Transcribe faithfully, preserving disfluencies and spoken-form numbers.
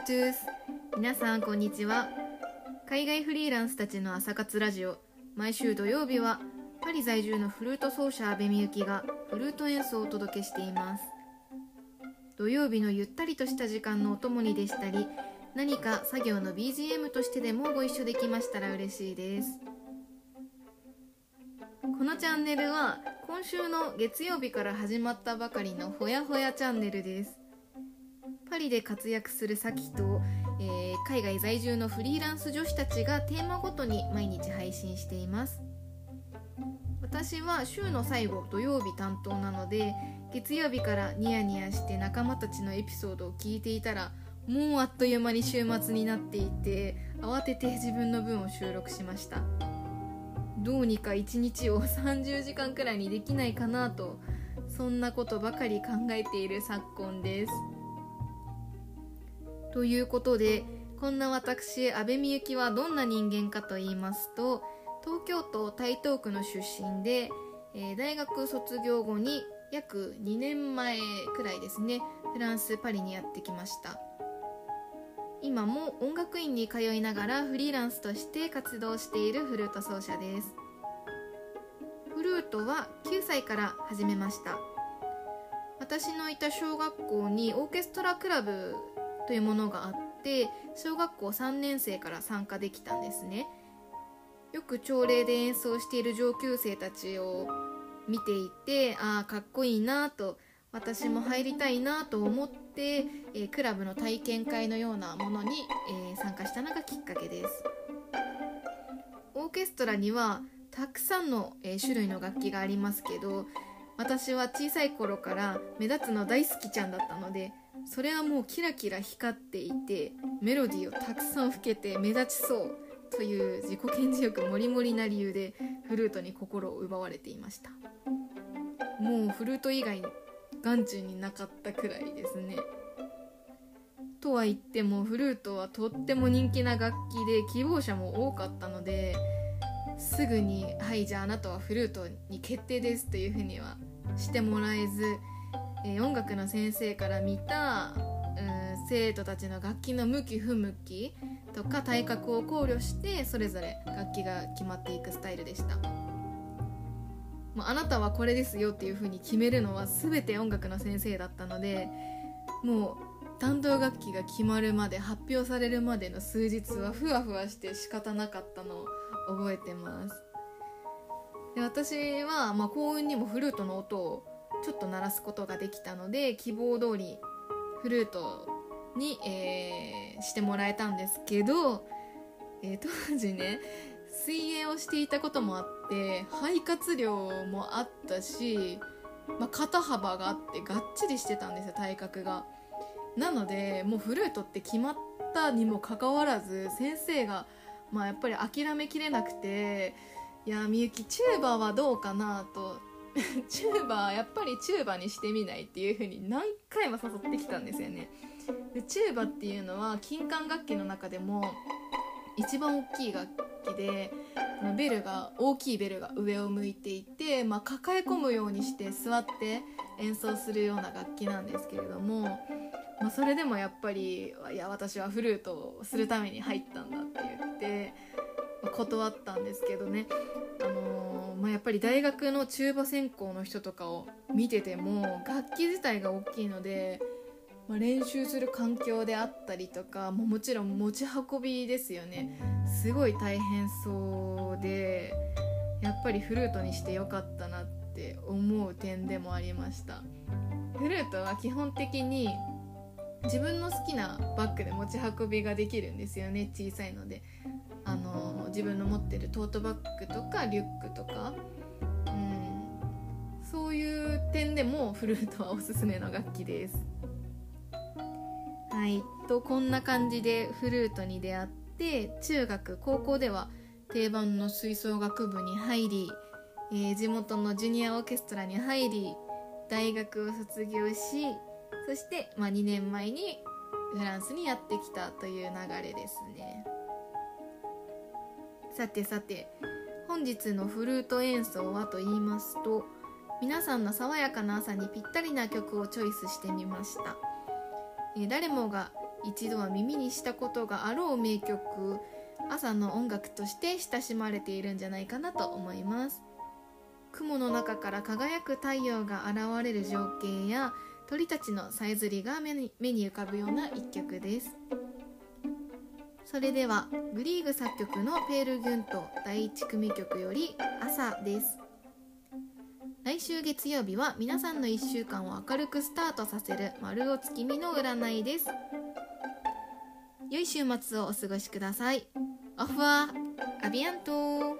トゥース。皆さんこんにちは。海外フリーランスたちの朝活ラジオ、毎週土曜日はパリ在住のフルート奏者阿部みゆきがフルート演奏をお届けしています。土曜日のゆったりとした時間のお供にでしたり、何か作業の ビージーエム としてでもご一緒できましたら嬉しいです。このチャンネルは今週の月曜日から始まったばかりのほやほやチャンネルです。パリで活躍するサキと、えー、海外在住のフリーランス女子たちがテーマごとに毎日配信しています。私は週の最後土曜日担当なので、月曜日からニヤニヤして仲間たちのエピソードを聞いていたら、もうあっという間に週末になっていて、慌てて自分の分を収録しました。どうにかいちにちをさんじゅうじかんくらいにできないかなと、そんなことばかり考えている昨今です。ということで、こんな私阿部みゆきはどんな人間かと言いますと、東京都台東区の出身で、えー、大学卒業後に約にねんまえくらいですね、フランスパリにやってきました。今も音楽院に通いながらフリーランスとして活動しているフルート奏者です。フルートはきゅうさいから始めました。私のいた小学校にオーケストラクラブというものがあって、小学校さんねんせいから参加できたんですね。よく朝礼で演奏している上級生たちを見ていて、ああかっこいいなと、私も入りたいなと思って、えー、クラブの体験会のようなものに、えー、参加したのがきっかけです。オーケストラにはたくさんの、えー、種類の楽器がありますけど、私は小さい頃から目立つの大好きちゃんだったので、それはもうキラキラ光っていて、メロディーをたくさん吹けて目立ちそうという自己顕示欲もりもりな理由で、フルートに心を奪われていました。もうフルート以外に眼中になかったくらいですね。とは言ってもフルートはとっても人気な楽器で、希望者も多かったので、すぐにはいじゃああなたはフルートに決定ですというふうにはしてもらえず、えー、音楽の先生から見た、うん、生徒たちの楽器の向き不向きとか体格を考慮して、それぞれ楽器が決まっていくスタイルでした。もうあなたはこれですよっていう風に決めるのは全て音楽の先生だったので、もう担当楽器が決まるまで、発表されるまでの数日はふわふわして仕方なかったのを覚えてます。で、私は、まあ、幸運にもフルートの音をちょっと鳴らすことができたので、希望通りフルートに、えー、してもらえたんですけど、えー、当時ね、水泳をしていたこともあって、肺活量もあったし、まあ、肩幅があってがっちりしてたんですよ、体格が。なのでもうフルートって決まったにもかかわらず、先生が、まあ、やっぱり諦めきれなくて、いやみゆきチューバはどうかなとチューバやっぱりチューバにしてみないっていう風に何回も誘ってきたんですよね。でチューバっていうのは金管楽器の中でも一番大きい楽器で、ベルが大きいベルが上を向いていて、まあ、抱え込むようにして座って演奏するような楽器なんですけれども、まあ、それでもやっぱり、いや私はフルートをするために入ったんだって言って断ったんですけどね、あのーまあ、やっぱり大学のチューバ専攻の人とかを見てても、楽器自体が大きいので、まあ、練習する環境であったりとか、も, もちろん持ち運びですよね、すごい大変そうで、やっぱりフルートにしてよかったなって思う点でもありました。フルートは基本的に自分の好きなバッグで持ち運びができるんですよね、小さいので。あの自分の持ってるトートバッグとかリュックとか、うん、そういう点でもフルートはおすすめの楽器です。はいとこんな感じでフルートに出会って、中学高校では定番の吹奏楽部に入り、えー、地元のジュニアオーケストラに入り、大学を卒業し、そして、まあ、にねんまえにフランスにやってきたという流れですね。さてさて、本日のフルート演奏はと言いますと、皆さんの爽やかな朝にぴったりな曲をチョイスしてみました。えー、誰もが一度は耳にしたことがあろう名曲、朝の音楽として親しまれているんじゃないかなと思います。雲の中から輝く太陽が現れる情景や鳥たちのさえずりが目に、目に浮かぶような一曲です。それではグリーグ作曲のペール・ギュント第一組曲より朝です。来週月曜日は皆さんのいっしゅうかんを明るくスタートさせる丸尾月見の占いです。良い週末をお過ごしください。オフはアビアント。